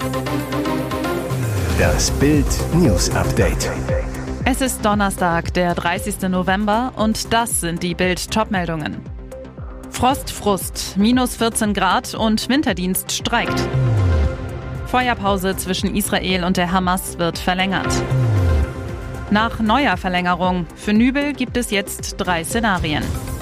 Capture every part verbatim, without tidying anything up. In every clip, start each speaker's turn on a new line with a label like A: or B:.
A: Das Bild News Update.
B: Es ist Donnerstag, der dreißigsten November, und das sind die Bild-Top-Meldungen. Frost, Frust, minus vierzehn Grad und Winterdienst streikt. Feuerpause zwischen Israel und der Hamas wird verlängert. Nach neuer Verlängerung. Für Nübel gibt es jetzt drei Szenarien.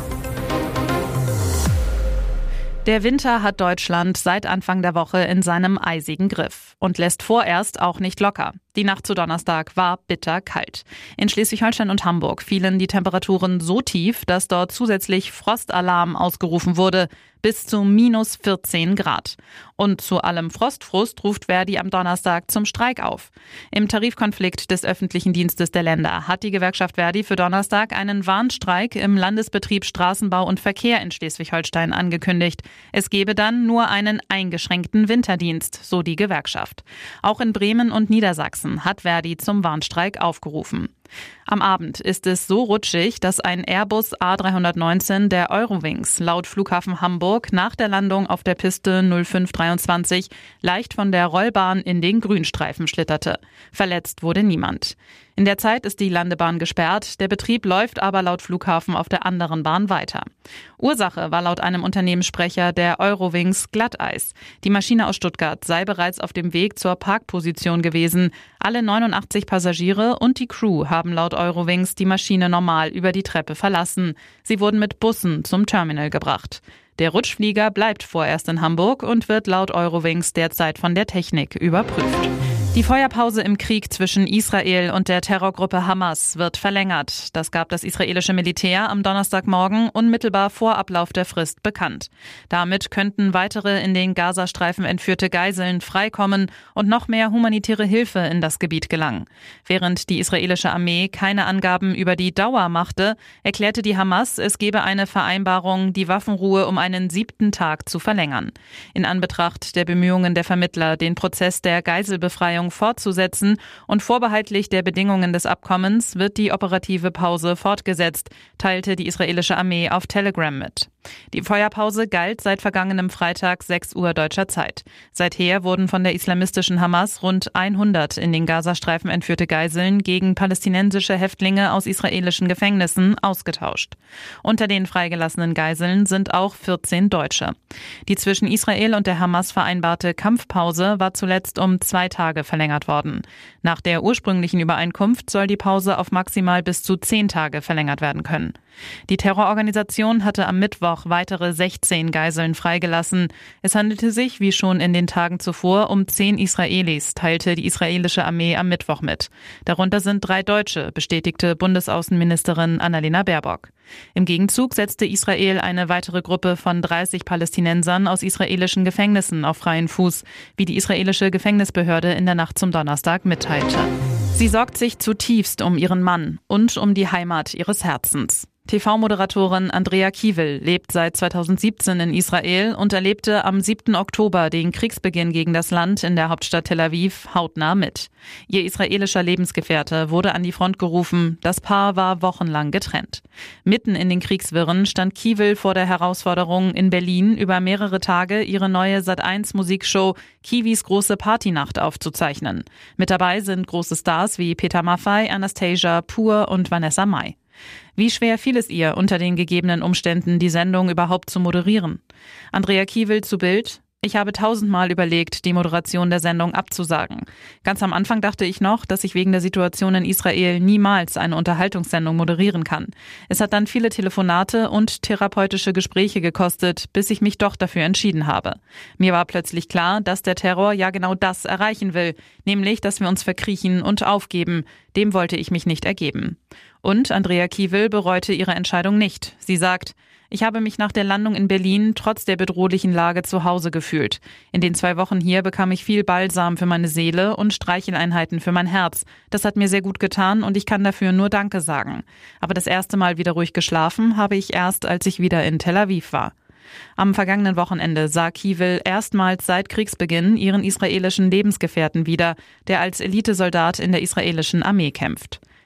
B: Der Winter hat Deutschland seit Anfang der Woche in seinem eisigen Griff und lässt vorerst auch nicht locker. Die Nacht zu Donnerstag war bitter kalt. In Schleswig-Holstein und Hamburg fielen die Temperaturen so tief, dass dort zusätzlich Frostalarm ausgerufen wurde, bis zu minus vierzehn Grad. Und zu allem Frostfrust ruft Verdi am Donnerstag zum Streik auf. Im Tarifkonflikt des öffentlichen Dienstes der Länder hat die Gewerkschaft Verdi für Donnerstag einen Warnstreik im Landesbetrieb Straßenbau und Verkehr in Schleswig-Holstein angekündigt. Es gebe dann nur einen eingeschränkten Winterdienst, so die Gewerkschaft. Auch in Bremen und Niedersachsen hat Verdi zum Warnstreik aufgerufen. Am Abend ist es so rutschig, dass ein Airbus A drei neunzehn der Eurowings laut Flughafen Hamburg nach der Landung auf der Piste null fünf dreiundzwanzig leicht von der Rollbahn in den Grünstreifen schlitterte. Verletzt wurde niemand. In der Zeit ist die Landebahn gesperrt, der Betrieb läuft aber laut Flughafen auf der anderen Bahn weiter. Ursache war laut einem Unternehmenssprecher der Eurowings Glatteis. Die Maschine aus Stuttgart sei bereits auf dem Weg zur Parkposition gewesen. Alle neunundachtzig Passagiere und die Crew haben laut Eurowings die Maschine normal über die Treppe verlassen. Sie wurden mit Bussen zum Terminal gebracht. Der Rutschflieger bleibt vorerst in Hamburg und wird laut Eurowings derzeit von der Technik überprüft. Die Feuerpause im Krieg zwischen Israel und der Terrorgruppe Hamas wird verlängert. Das gab das israelische Militär am Donnerstagmorgen unmittelbar vor Ablauf der Frist bekannt. Damit könnten weitere in den Gazastreifen entführte Geiseln freikommen und noch mehr humanitäre Hilfe in das Gebiet gelangen. Während die israelische Armee keine Angaben über die Dauer machte, erklärte die Hamas, es gebe eine Vereinbarung, die Waffenruhe um einen siebten Tag zu verlängern. In Anbetracht der Bemühungen der Vermittler, den Prozess der Geiselbefreiung fortzusetzen und vorbehaltlich der Bedingungen des Abkommens wird die operative Pause fortgesetzt, teilte die israelische Armee auf Telegram mit. Die Feuerpause galt seit vergangenem Freitag sechs Uhr deutscher Zeit. Seither wurden von der islamistischen Hamas rund hundert in den Gazastreifen entführte Geiseln gegen palästinensische Häftlinge aus israelischen Gefängnissen ausgetauscht. Unter den freigelassenen Geiseln sind auch vierzehn Deutsche. Die zwischen Israel und der Hamas vereinbarte Kampfpause war zuletzt um zwei Tage verlängert worden. Nach der ursprünglichen Übereinkunft soll die Pause auf maximal bis zu zehn Tage verlängert werden können. Die Terrororganisation hatte am Mittwoch weitere sechzehn Geiseln freigelassen. Es handelte sich, wie schon in den Tagen zuvor, um zehn Israelis, teilte die israelische Armee am Mittwoch mit. Darunter sind drei Deutsche, bestätigte Bundesaußenministerin Annalena Baerbock. Im Gegenzug setzte Israel eine weitere Gruppe von dreißig Palästinensern aus israelischen Gefängnissen auf freien Fuß, wie die israelische Gefängnisbehörde in der Nacht zum Donnerstag mitteilte. Sie sorgt sich zutiefst um ihren Mann und um die Heimat ihres Herzens. T V-Moderatorin Andrea Kiewel lebt seit zweitausendsiebzehn in Israel und erlebte am siebten Oktober den Kriegsbeginn gegen das Land in der Hauptstadt Tel Aviv hautnah mit. Ihr israelischer Lebensgefährte wurde an die Front gerufen. Das Paar war wochenlang getrennt. Mitten in den Kriegswirren stand Kiewel vor der Herausforderung, in Berlin über mehrere Tage ihre neue Sat eins Musikshow Kiwis große Partynacht aufzuzeichnen. Mit dabei sind große Stars wie Peter Maffay, Anastasia, Pur und Vanessa Mai. Wie schwer fiel es ihr, unter den gegebenen Umständen die Sendung überhaupt zu moderieren? Andrea Kiewel zu Bild: Ich habe tausendmal überlegt, die Moderation der Sendung abzusagen. Ganz am Anfang dachte ich noch, dass ich wegen der Situation in Israel niemals eine Unterhaltungssendung moderieren kann. Es hat dann viele Telefonate und therapeutische Gespräche gekostet, bis ich mich doch dafür entschieden habe. Mir war plötzlich klar, dass der Terror ja genau das erreichen will, nämlich, dass wir uns verkriechen und aufgeben. Dem wollte ich mich nicht ergeben. Und Andrea Kiewel bereute ihre Entscheidung nicht. Sie sagt: Ich habe mich nach der Landung in Berlin trotz der bedrohlichen Lage zu Hause gefühlt. In den zwei Wochen hier bekam ich viel Balsam für meine Seele und Streicheleinheiten für mein Herz. Das hat mir sehr gut getan und ich kann dafür nur Danke sagen. Aber das erste Mal wieder ruhig geschlafen habe ich erst, als ich wieder in Tel Aviv war. Am vergangenen Wochenende sah Kiewel erstmals seit Kriegsbeginn ihren israelischen Lebensgefährten wieder, der als Elitesoldat in der israelischen Armee kämpft.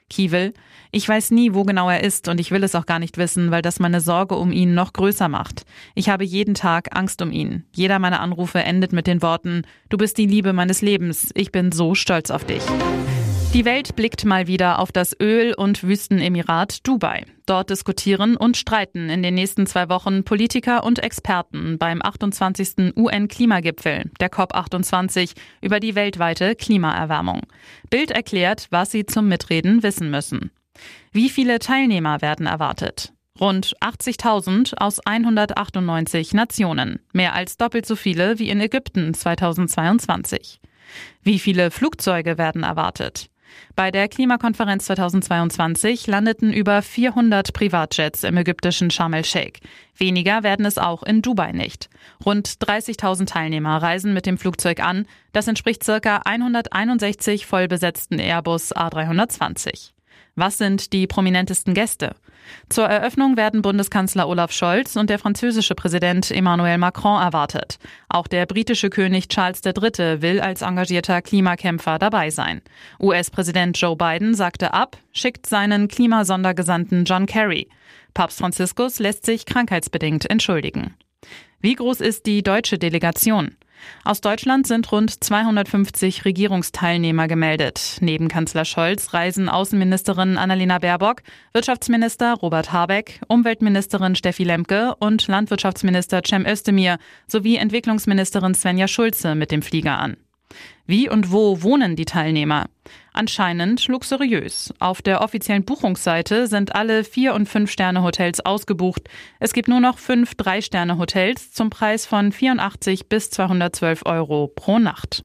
B: Kievel: Ich weiß nie, wo genau er ist, und ich will es auch gar nicht wissen, weil das meine Sorge um ihn noch größer macht. Ich habe jeden Tag Angst um ihn. Jeder meiner Anrufe endet mit den Worten: Du bist die Liebe meines Lebens. Ich bin so stolz auf dich. Die Welt blickt mal wieder auf das Öl- und Wüstenemirat Dubai. Dort diskutieren und streiten in den nächsten zwei Wochen Politiker und Experten beim achtundzwanzigsten U N-Klimagipfel, der COP achtundzwanzig, über die weltweite Klimaerwärmung. Bild erklärt, was sie zum Mitreden wissen müssen. Wie viele Teilnehmer werden erwartet? Rund achtzigtausend aus hundertachtundneunzig Nationen. Mehr als doppelt so viele wie in Ägypten zweitausendzweiundzwanzig. Wie viele Flugzeuge werden erwartet? Bei der Klimakonferenz zweitausendzweiundzwanzig landeten über vierhundert Privatjets im ägyptischen Sharm el-Sheikh. Weniger werden es auch in Dubai nicht. Rund dreißigtausend Teilnehmer reisen mit dem Flugzeug an. Das entspricht ca. hunderteinundsechzig vollbesetzten Airbus A dreihundertzwanzig. Was sind die prominentesten Gäste? Zur Eröffnung werden Bundeskanzler Olaf Scholz und der französische Präsident Emmanuel Macron erwartet. Auch der britische König Charles der Dritte will als engagierter Klimakämpfer dabei sein. U S-Präsident Joe Biden sagte ab, schickt seinen Klimasondergesandten John Kerry. Papst Franziskus lässt sich krankheitsbedingt entschuldigen. Wie groß ist die deutsche Delegation? Aus Deutschland sind rund zweihundertfünfzig Regierungsteilnehmer gemeldet. Neben Kanzler Scholz reisen Außenministerin Annalena Baerbock, Wirtschaftsminister Robert Habeck, Umweltministerin Steffi Lemke und Landwirtschaftsminister Cem Özdemir sowie Entwicklungsministerin Svenja Schulze mit dem Flieger an. Wie und wo wohnen die Teilnehmer? Anscheinend luxuriös. Auf der offiziellen Buchungsseite sind alle Vier- und Fünf-Sterne-Hotels ausgebucht. Es gibt nur noch fünf Drei-Sterne-Hotels zum Preis von vierundachtzig bis zweihundertzwölf Euro pro Nacht.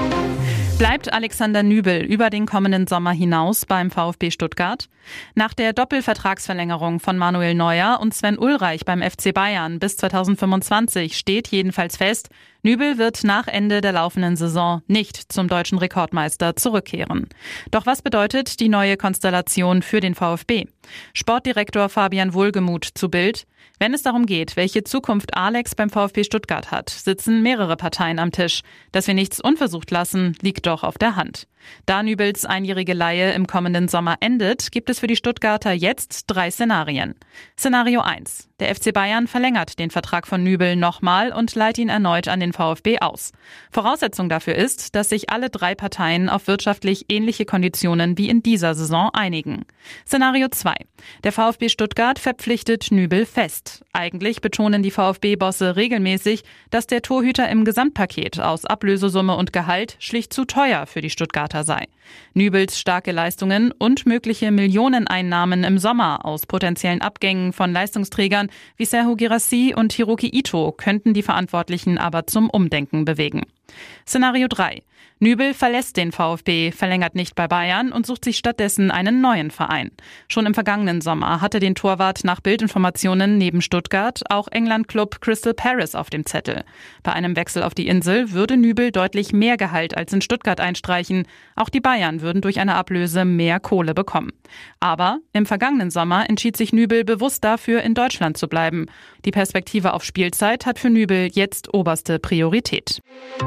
B: Bleibt Alexander Nübel über den kommenden Sommer hinaus beim VfB Stuttgart? Nach der Doppelvertragsverlängerung von Manuel Neuer und Sven Ulreich beim F C Bayern bis zweitausendfünfundzwanzig steht jedenfalls fest, Nübel wird nach Ende der laufenden Saison nicht zum deutschen Rekordmeister zurückkehren. Doch was bedeutet die neue Konstellation für den VfB? Sportdirektor Fabian Wohlgemuth zu Bild: Wenn es darum geht, welche Zukunft Alex beim VfB Stuttgart hat, sitzen mehrere Parteien am Tisch. Dass wir nichts unversucht lassen, liegt doch auf der Hand. Da Nübels einjährige Leihe im kommenden Sommer endet, gibt es für die Stuttgarter jetzt drei Szenarien. Szenario eins. Der F C Bayern verlängert den Vertrag von Nübel nochmal und leiht ihn erneut an den VfB aus. Voraussetzung dafür ist, dass sich alle drei Parteien auf wirtschaftlich ähnliche Konditionen wie in dieser Saison einigen. Szenario zwei. Der VfB Stuttgart verpflichtet Nübel fest. Eigentlich betonen die VfB-Bosse regelmäßig, dass der Torhüter im Gesamtpaket aus Ablösesumme und Gehalt schlicht zu teuer für die Stuttgarter sei. Nübels starke Leistungen und mögliche Millioneneinnahmen im Sommer aus potenziellen Abgängen von Leistungsträgern wie Serhou Guirassy und Hiroki Ito könnten die Verantwortlichen aber zum Umdenken bewegen. Szenario drei. Nübel verlässt den VfB, verlängert nicht bei Bayern und sucht sich stattdessen einen neuen Verein. Schon im vergangenen Sommer hatte den Torwart nach Bildinformationen neben Stuttgart auch England-Club Crystal Palace auf dem Zettel. Bei einem Wechsel auf die Insel würde Nübel deutlich mehr Gehalt als in Stuttgart einstreichen. Auch die Bayern würden durch eine Ablöse mehr Kohle bekommen. Aber im vergangenen Sommer entschied sich Nübel bewusst dafür, in Deutschland zu bleiben. Die Perspektive auf Spielzeit hat für Nübel jetzt oberste Priorität.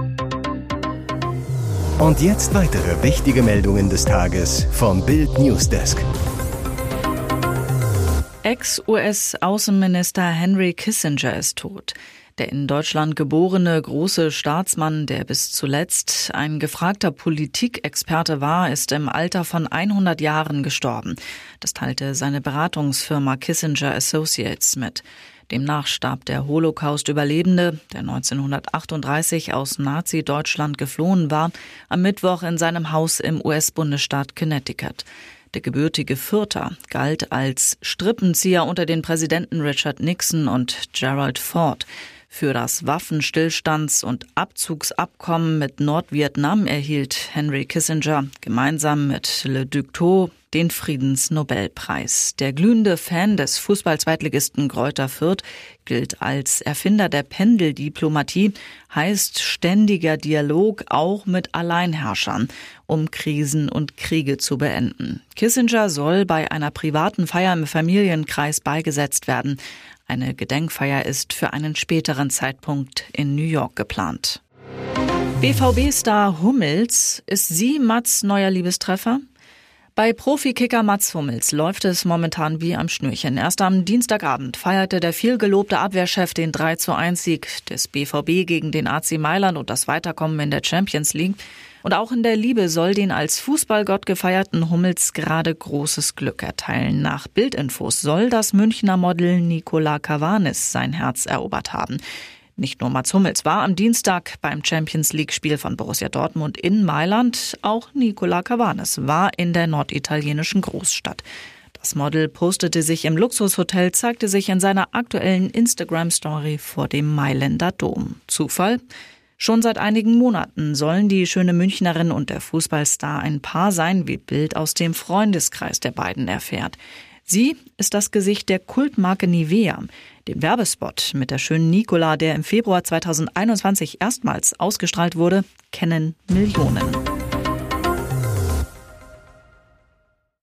A: Und jetzt weitere wichtige Meldungen des Tages vom Bild Newsdesk.
C: Ex-U S-Außenminister Henry Kissinger ist tot. Der in Deutschland geborene große Staatsmann, der bis zuletzt ein gefragter Politikexperte war, ist im Alter von hundert Jahren gestorben. Das teilte seine Beratungsfirma Kissinger Associates mit. Demnach starb der Holocaust-Überlebende, der neunzehnhundertachtunddreißig aus Nazi-Deutschland geflohen war, am Mittwoch in seinem Haus im U S-Bundesstaat Connecticut. Der gebürtige Fürther galt als Strippenzieher unter den Präsidenten Richard Nixon und Gerald Ford. Für das Waffenstillstands- und Abzugsabkommen mit Nordvietnam erhielt Henry Kissinger gemeinsam mit Le Duc Tho den Friedensnobelpreis. Der glühende Fan des Fußball-Zweitligisten Greuther Fürth gilt als Erfinder der Pendeldiplomatie, heißt ständiger Dialog auch mit Alleinherrschern, um Krisen und Kriege zu beenden. Kissinger soll bei einer privaten Feier im Familienkreis beigesetzt werden. Eine Gedenkfeier ist für einen späteren Zeitpunkt in New York geplant. B V B-Star Hummels, ist sie Mats neuer Liebestreffer? Bei Profikicker Mats Hummels läuft es momentan wie am Schnürchen. Erst am Dienstagabend feierte der vielgelobte Abwehrchef den drei zu eins Sieg des B V B gegen den A C Mailand und das Weiterkommen in der Champions League. Und auch in der Liebe soll den als Fußballgott gefeierten Hummels gerade großes Glück erteilen. Nach Bildinfos soll das Münchner Model Nikola Cavanis sein Herz erobert haben. Nicht nur Mats Hummels war am Dienstag beim Champions-League-Spiel von Borussia Dortmund in Mailand. Auch Nikola Cavanis war in der norditalienischen Großstadt. Das Model postete sich im Luxushotel, zeigte sich in seiner aktuellen Instagram-Story vor dem Mailänder Dom. Zufall? Schon seit einigen Monaten sollen die schöne Münchnerin und der Fußballstar ein Paar sein, wie Bild aus dem Freundeskreis der beiden erfährt. Sie ist das Gesicht der Kultmarke Nivea. Den Werbespot mit der schönen Nikola, der im Februar zweitausendeinundzwanzig erstmals ausgestrahlt wurde, kennen Millionen.